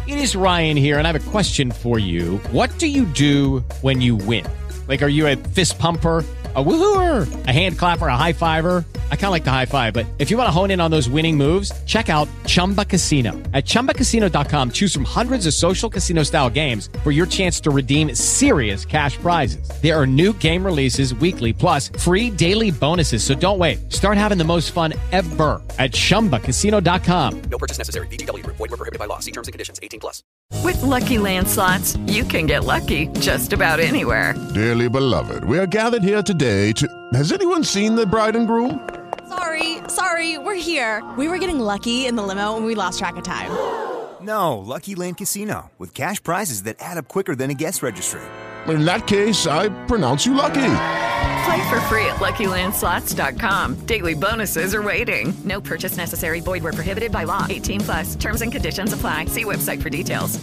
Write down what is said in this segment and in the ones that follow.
It is Ryan here, and I have a question for you. What do you do when you win? Like, are you a fist pumper, a woohooer, a hand clapper, a high fiver? I kind of like the high five, but if you want to hone in on those winning moves, check out Chumba Casino. At ChumbaCasino.com, choose from hundreds of social casino style games for your chance to redeem serious cash prizes. There are new game releases weekly, plus free daily bonuses. So don't wait. Start having the most fun ever at ChumbaCasino.com. No purchase necessary. VGW Group. Void where prohibited by law. See terms and conditions. 18+. With Lucky Land Slots, you can get lucky just about anywhere. Dearly beloved, we are gathered here today to... Has anyone seen the bride and groom? Sorry, we're here. We were getting lucky in the limo and we lost track of time. No, Lucky Land Casino, with cash prizes that add up quicker than a guest registry. In that case, I pronounce you lucky. Play for free at LuckyLandSlots.com. Daily bonuses are waiting. No purchase necessary. Void where prohibited by law. 18+. Terms and conditions apply. See website for details.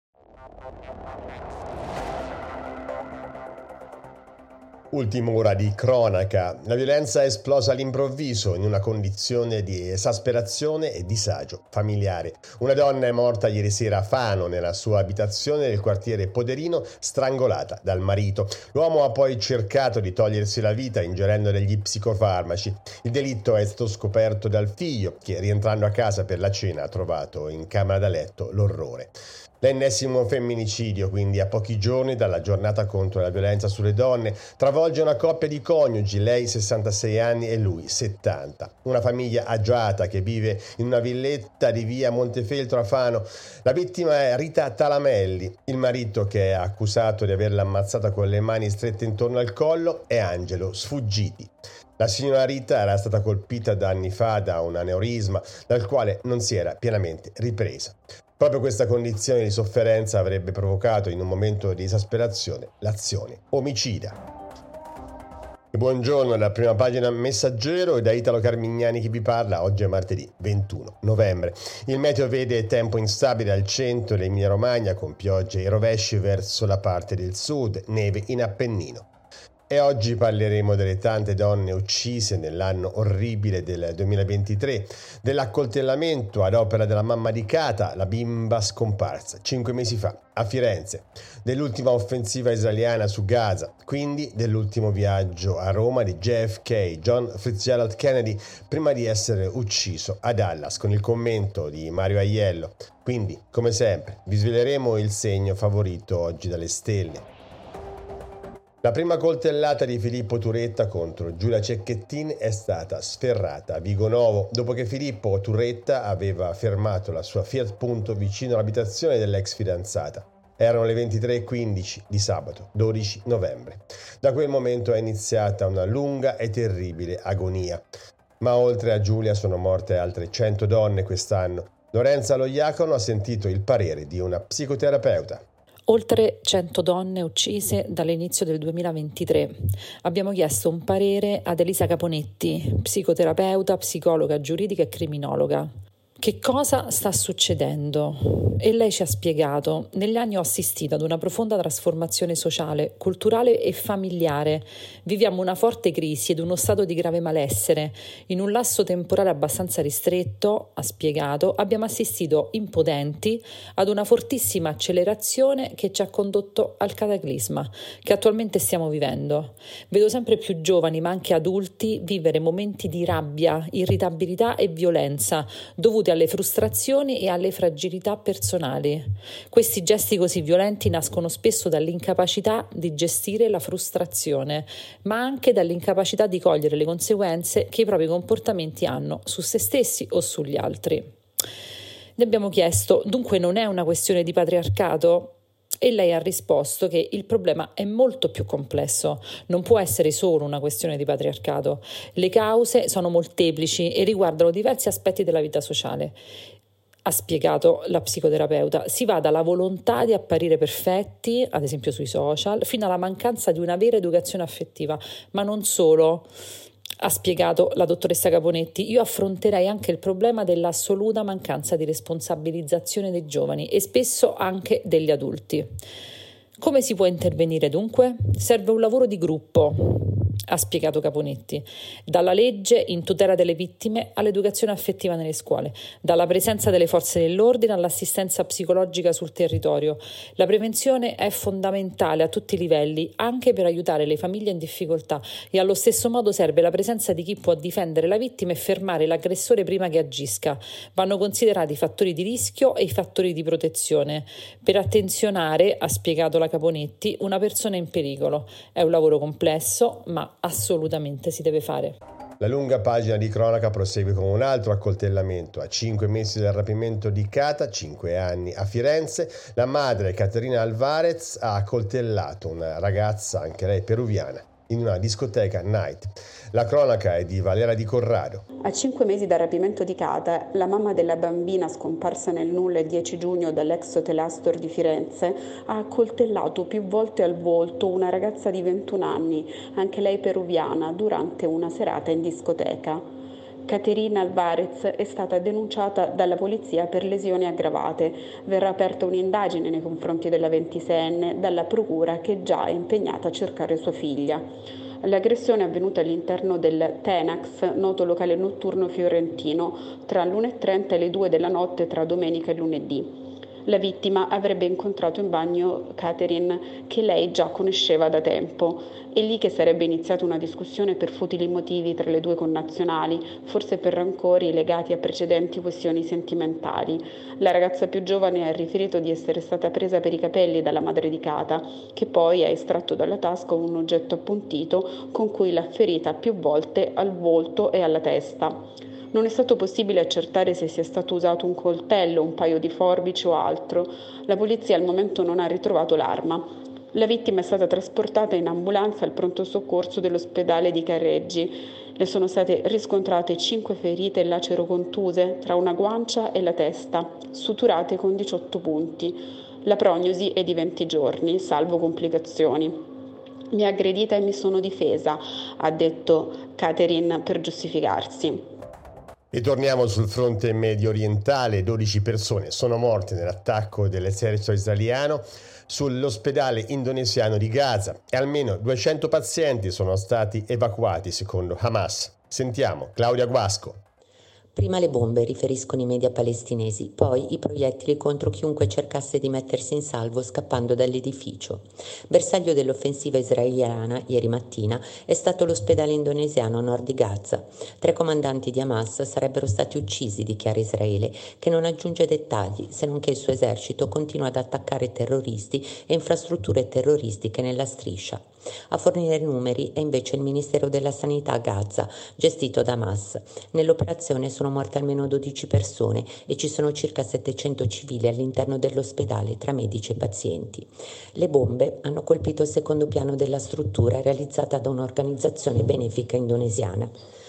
Ultima ora di cronaca. La violenza è esplosa all'improvviso in una condizione di esasperazione e disagio familiare. Una donna è morta ieri sera a Fano, nella sua abitazione del quartiere Poderino, strangolata dal marito. L'uomo ha poi cercato di togliersi la vita ingerendo degli psicofarmaci. Il delitto è stato scoperto dal figlio, che rientrando a casa per la cena ha trovato in camera da letto l'orrore. L'ennesimo femminicidio, quindi, a pochi giorni dalla giornata contro la violenza sulle donne, travolge una coppia di coniugi, lei 66 anni e lui 70. Una famiglia agiata che vive in una villetta di via Montefeltro a Fano. La vittima è Rita Talamelli. Il marito, che è accusato di averla ammazzata con le mani strette intorno al collo, è Angelo Sfuggiti. La signora Rita era stata colpita da anni fa da un aneurisma dal quale non si era pienamente ripresa. Proprio questa condizione di sofferenza avrebbe provocato in un momento di esasperazione l'azione omicida. E buongiorno, dalla prima pagina Messaggero e da Italo Carmignani che vi parla. Oggi è martedì 21 novembre. Il meteo vede tempo instabile al centro dell'Emilia Romagna con piogge e rovesci verso la parte del sud, neve in Appennino. E oggi parleremo delle tante donne uccise nell'anno orribile del 2023, dell'accoltellamento ad opera della mamma di Kata, la bimba scomparsa 5 mesi fa a Firenze, dell'ultima offensiva israeliana su Gaza, quindi dell'ultimo viaggio a Roma di JFK, John Fitzgerald Kennedy, prima di essere ucciso a Dallas, con il commento di Mario Aiello. Quindi, come sempre, vi sveleremo il segno favorito oggi dalle stelle. La prima coltellata di Filippo Turetta contro Giulia Cecchettin è stata sferrata a Vigonovo, dopo che Filippo Turetta aveva fermato la sua Fiat Punto vicino all'abitazione dell'ex fidanzata. Erano le 23:15 di sabato 12 novembre. Da quel momento è iniziata una lunga e terribile agonia. Ma oltre a Giulia sono morte altre 100 donne quest'anno. Lorenza Loiacono ha sentito il parere di una psicoterapeuta. Oltre 100 donne uccise dall'inizio del 2023. Abbiamo chiesto un parere ad Elisa Caponetti, psicoterapeuta, psicologa giuridica e criminologa. Che cosa sta succedendo? E lei ci ha spiegato: negli anni ho assistito ad una profonda trasformazione sociale, culturale e familiare. Viviamo una forte crisi ed uno stato di grave malessere. In un lasso temporale abbastanza ristretto, ha spiegato, abbiamo assistito impotenti ad una fortissima accelerazione che ci ha condotto al cataclisma che attualmente stiamo vivendo. Vedo sempre più giovani, ma anche adulti, vivere momenti di rabbia, irritabilità e violenza dovuti alle frustrazioni e alle fragilità personali. Questi gesti così violenti nascono spesso dall'incapacità di gestire la frustrazione, ma anche dall'incapacità di cogliere le conseguenze che i propri comportamenti hanno su se stessi o sugli altri. Le abbiamo chiesto: dunque non è una questione di patriarcato? E lei ha risposto che il problema è molto più complesso, non può essere solo una questione di patriarcato. Le cause sono molteplici e riguardano diversi aspetti della vita sociale. Ha spiegato la psicoterapeuta, si va dalla volontà di apparire perfetti, ad esempio sui social, fino alla mancanza di una vera educazione affettiva, ma non solo. Ha spiegato la dottoressa Caponetti, io affronterei anche il problema dell'assoluta mancanza di responsabilizzazione dei giovani e spesso anche degli adulti. Come si può intervenire dunque? Serve un lavoro di gruppo. ha spiegato Caponetti. Dalla legge in tutela delle vittime all'educazione affettiva nelle scuole, dalla presenza delle forze dell'ordine all'assistenza psicologica sul territorio. La prevenzione è fondamentale a tutti i livelli, anche per aiutare le famiglie in difficoltà, e allo stesso modo serve la presenza di chi può difendere la vittima e fermare l'aggressore prima che agisca. Vanno considerati i fattori di rischio e i fattori di protezione per attenzionare, ha spiegato la Caponetti, una persona in pericolo. È un lavoro complesso, ma assolutamente si deve fare. La lunga pagina di cronaca prosegue con un altro accoltellamento. A 5 mesi dal rapimento di Cata, 5 anni a Firenze, la madre Caterina Alvarez ha accoltellato una ragazza, anche lei peruviana, in una discoteca night. La cronaca è di Valera Di Corrado. A 5 mesi dal rapimento di Cata, la mamma della bambina scomparsa nel nulla il 10 giugno dall'ex Hotel Astor di Firenze ha accoltellato più volte al volto una ragazza di 21 anni, anche lei peruviana, durante una serata in discoteca. Caterina Alvarez è stata denunciata dalla polizia per lesioni aggravate. Verrà aperta un'indagine nei confronti della 26enne dalla procura, che già è impegnata a cercare sua figlia. L'aggressione è avvenuta all'interno del Tenax, noto locale notturno fiorentino, tra l'1:30 e le 2 della notte tra domenica e lunedì. La vittima avrebbe incontrato in bagno Catherine, che lei già conosceva da tempo. È lì che sarebbe iniziata una discussione per futili motivi tra le due connazionali, forse per rancori legati a precedenti questioni sentimentali. La ragazza più giovane ha riferito di essere stata presa per i capelli dalla madre di Cata, che poi ha estratto dalla tasca un oggetto appuntito con cui l'ha ferita più volte al volto e alla testa. Non è stato possibile accertare se sia stato usato un coltello, un paio di forbici o altro. La polizia al momento non ha ritrovato l'arma. La vittima è stata trasportata in ambulanza al pronto soccorso dell'ospedale di Careggi. Le sono state riscontrate 5 ferite lacero-contuse tra una guancia e la testa, suturate con 18 punti. La prognosi è di 20 giorni, salvo complicazioni. Mi ha aggredita e mi sono difesa, ha detto Catherine per giustificarsi. E torniamo sul fronte medio orientale. 12 persone sono morte nell'attacco dell'esercito israeliano sull'ospedale indonesiano di Gaza e almeno 200 pazienti sono stati evacuati secondo Hamas. Sentiamo Claudia Guasco. Prima le bombe, riferiscono i media palestinesi, poi i proiettili contro chiunque cercasse di mettersi in salvo scappando dall'edificio. Bersaglio dell'offensiva israeliana, ieri mattina, è stato l'ospedale indonesiano a nord di Gaza. 3 comandanti di Hamas sarebbero stati uccisi, dichiara Israele, che non aggiunge dettagli, se non che il suo esercito continua ad attaccare terroristi e infrastrutture terroristiche nella striscia. A fornire numeri è invece il Ministero della Sanità a Gaza, gestito da Hamas. Nell'operazione sono morte almeno 12 persone e ci sono circa 700 civili all'interno dell'ospedale tra medici e pazienti. Le bombe hanno colpito il secondo piano della struttura realizzata da un'organizzazione benefica indonesiana.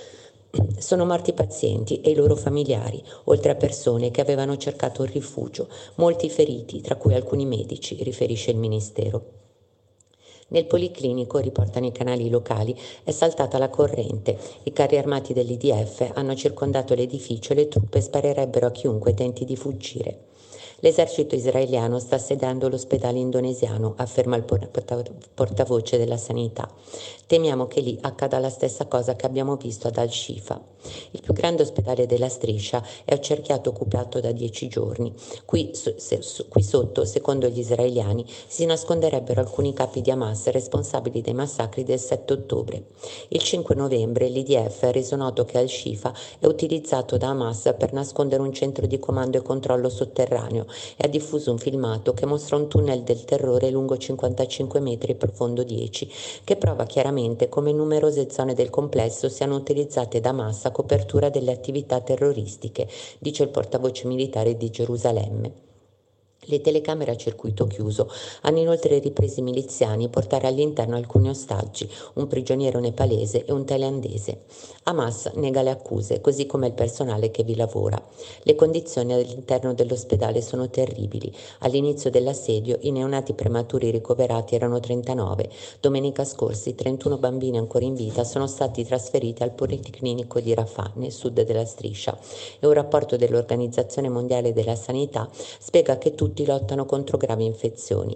Sono morti pazienti e i loro familiari, oltre a persone che avevano cercato un rifugio, molti feriti, tra cui alcuni medici, riferisce il Ministero. Nel policlinico, riportano i canali locali, è saltata la corrente. I carri armati dell'IDF hanno circondato l'edificio e le truppe sparerebbero a chiunque tenti di fuggire. L'esercito israeliano sta assediando l'ospedale indonesiano, afferma il portavoce della sanità. Temiamo che lì accada la stessa cosa che abbiamo visto ad Al-Shifa. Il più grande ospedale della striscia è accerchiato e occupato da 10 giorni. Qui sotto, secondo gli israeliani, si nasconderebbero alcuni capi di Hamas responsabili dei massacri del 7 ottobre. Il 5 novembre l'IDF ha reso noto che Al-Shifa è utilizzato da Hamas per nascondere un centro di comando e controllo sotterraneo e ha diffuso un filmato che mostra un tunnel del terrore lungo 55 metri e profondo 10, che prova chiaramente come numerose zone del complesso siano utilizzate da Hamas a copertura delle attività terroristiche, dice il portavoce militare di Gerusalemme. Le telecamere a circuito chiuso hanno inoltre ripreso i miliziani portare all'interno alcuni ostaggi, un prigioniero nepalese e un thailandese. Hamas nega le accuse, così come il personale che vi lavora. Le condizioni all'interno dell'ospedale sono terribili. All'inizio dell'assedio i neonati prematuri ricoverati erano 39. Domenica scorsa i 31 bambini ancora in vita sono stati trasferiti al Policlinico di Rafah, nel sud della striscia, e un rapporto dell'Organizzazione Mondiale della Sanità spiega che tutti lottano contro gravi infezioni.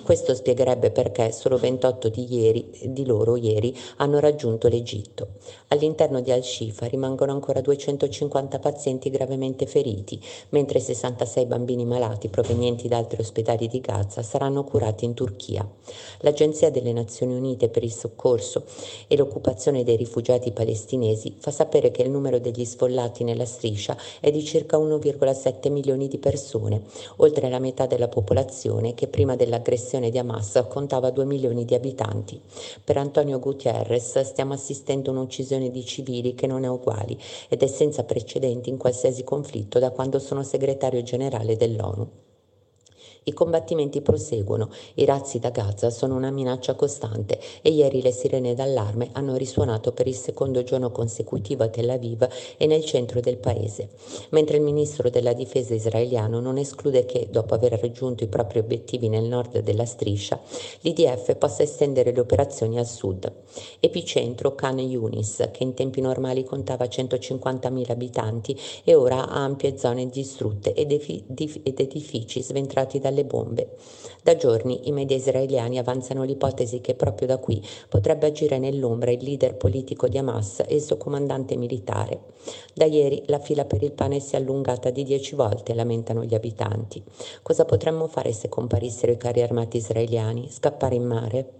Questo spiegherebbe perché solo 28 di loro ieri hanno raggiunto l'Egitto. All'interno di Al-Shifa rimangono ancora 250 pazienti gravemente feriti, mentre 66 bambini malati provenienti da altri ospedali di Gaza saranno curati in Turchia. L'Agenzia delle Nazioni Unite per il soccorso e l'occupazione dei rifugiati palestinesi fa sapere che il numero degli sfollati nella striscia è di circa 1,7 milioni di persone, oltre la metà della popolazione che prima dell'aggressione di Hamas contava 2 milioni di abitanti. Per Antonio Guterres stiamo assistendo a un'uccisione di civili che non è uguale ed è senza precedenti in qualsiasi conflitto da quando sono segretario generale dell'ONU. I combattimenti proseguono, i razzi da Gaza sono una minaccia costante e ieri le sirene d'allarme hanno risuonato per il secondo giorno consecutivo a Tel Aviv e nel centro del paese, mentre il ministro della difesa israeliano non esclude che, dopo aver raggiunto i propri obiettivi nel nord della striscia, l'IDF possa estendere le operazioni al sud. Epicentro Khan Yunis, che in tempi normali contava 150.000 abitanti e ora ha ampie zone distrutte ed edifici sventrati dalle bombe. Da giorni i media israeliani avanzano l'ipotesi che proprio da qui potrebbe agire nell'ombra il leader politico di Hamas e il suo comandante militare. Da ieri la fila per il pane si è allungata di 10 volte, lamentano gli abitanti. Cosa potremmo fare se comparissero i carri armati israeliani? Scappare in mare?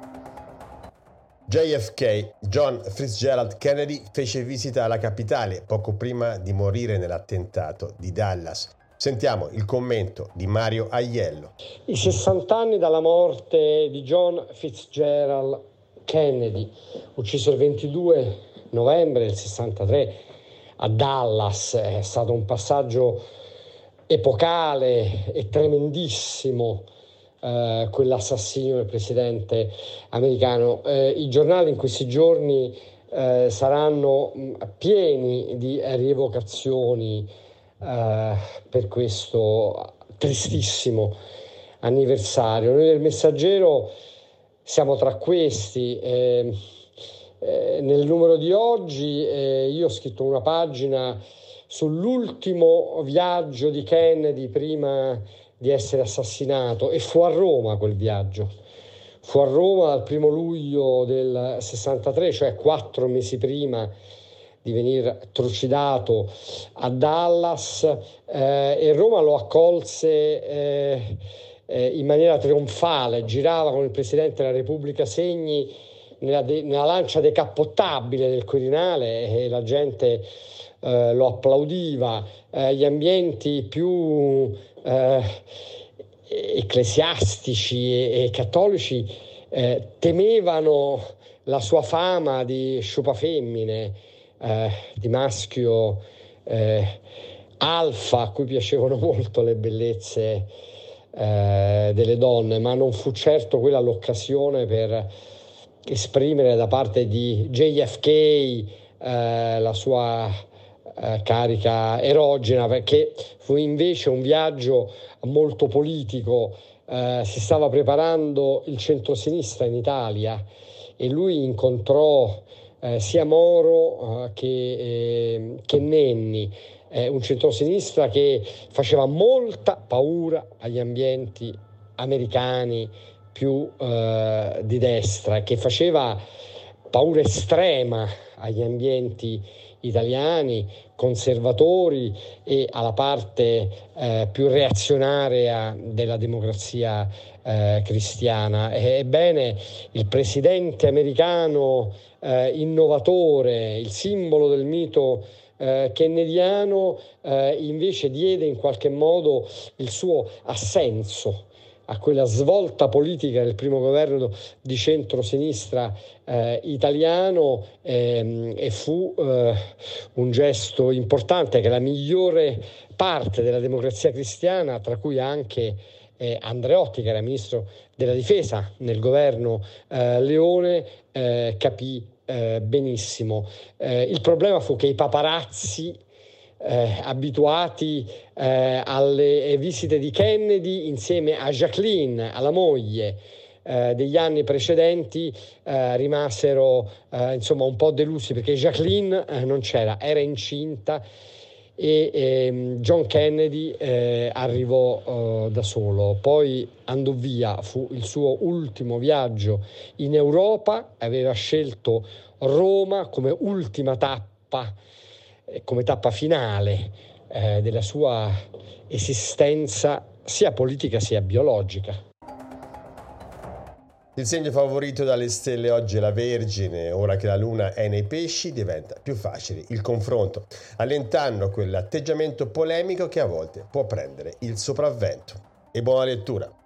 JFK, John Fitzgerald Kennedy, fece visita alla capitale poco prima di morire nell'attentato di Dallas. Sentiamo il commento di Mario Aiello. I 60 anni dalla morte di John Fitzgerald Kennedy, ucciso il 22 novembre del 63 a Dallas, è stato un passaggio epocale e tremendissimo, quell'assassinio del presidente americano. I giornali in questi giorni saranno pieni di rievocazioni per questo tristissimo anniversario. Noi del Messaggero siamo tra questi. Nel numero di oggi io ho scritto una pagina sull'ultimo viaggio di Kennedy prima di essere assassinato, e fu a Roma quel viaggio. Fu a Roma dal 1 luglio del 63, cioè 4 mesi prima di venire trucidato a Dallas, e Roma lo accolse in maniera trionfale. Girava con il Presidente della Repubblica Segni nella lancia decappottabile del Quirinale e la gente lo applaudiva. Gli ambienti più ecclesiastici e cattolici temevano la sua fama di sciupafemmine, di maschio alfa, a cui piacevano molto le bellezze delle donne, ma non fu certo quella l'occasione per esprimere da parte di JFK la sua carica erogena, perché fu invece un viaggio molto politico. Si stava preparando il centrosinistra in Italia e lui incontrò sia Moro che Nenni, un centrosinistra che faceva molta paura agli ambienti americani più di destra, e che faceva paura estrema agli ambienti italiani conservatori e alla parte più reazionaria della democrazia cristiana. Ebbene, il presidente americano innovatore, il simbolo del mito kennediano, invece diede in qualche modo il suo assenso a quella svolta politica del primo governo di centrosinistra italiano, e fu un gesto importante che la migliore parte della democrazia cristiana, tra cui anche Andreotti, che era ministro della difesa nel governo Leone, capì benissimo. Il problema fu che i paparazzi, abituati alle visite di Kennedy insieme a Jacqueline, alla moglie, degli anni precedenti, rimasero insomma un po' delusi, perché Jacqueline non c'era, era incinta, e John Kennedy arrivò da solo. Poi andò via, fu il suo ultimo viaggio in Europa, aveva scelto Roma come ultima tappa, come tappa finale della sua esistenza sia politica sia biologica. Il segno favorito dalle stelle oggi è la Vergine. Ora che la luna è nei pesci diventa più facile il confronto, allentando quell'atteggiamento polemico che a volte può prendere il sopravvento. E buona lettura!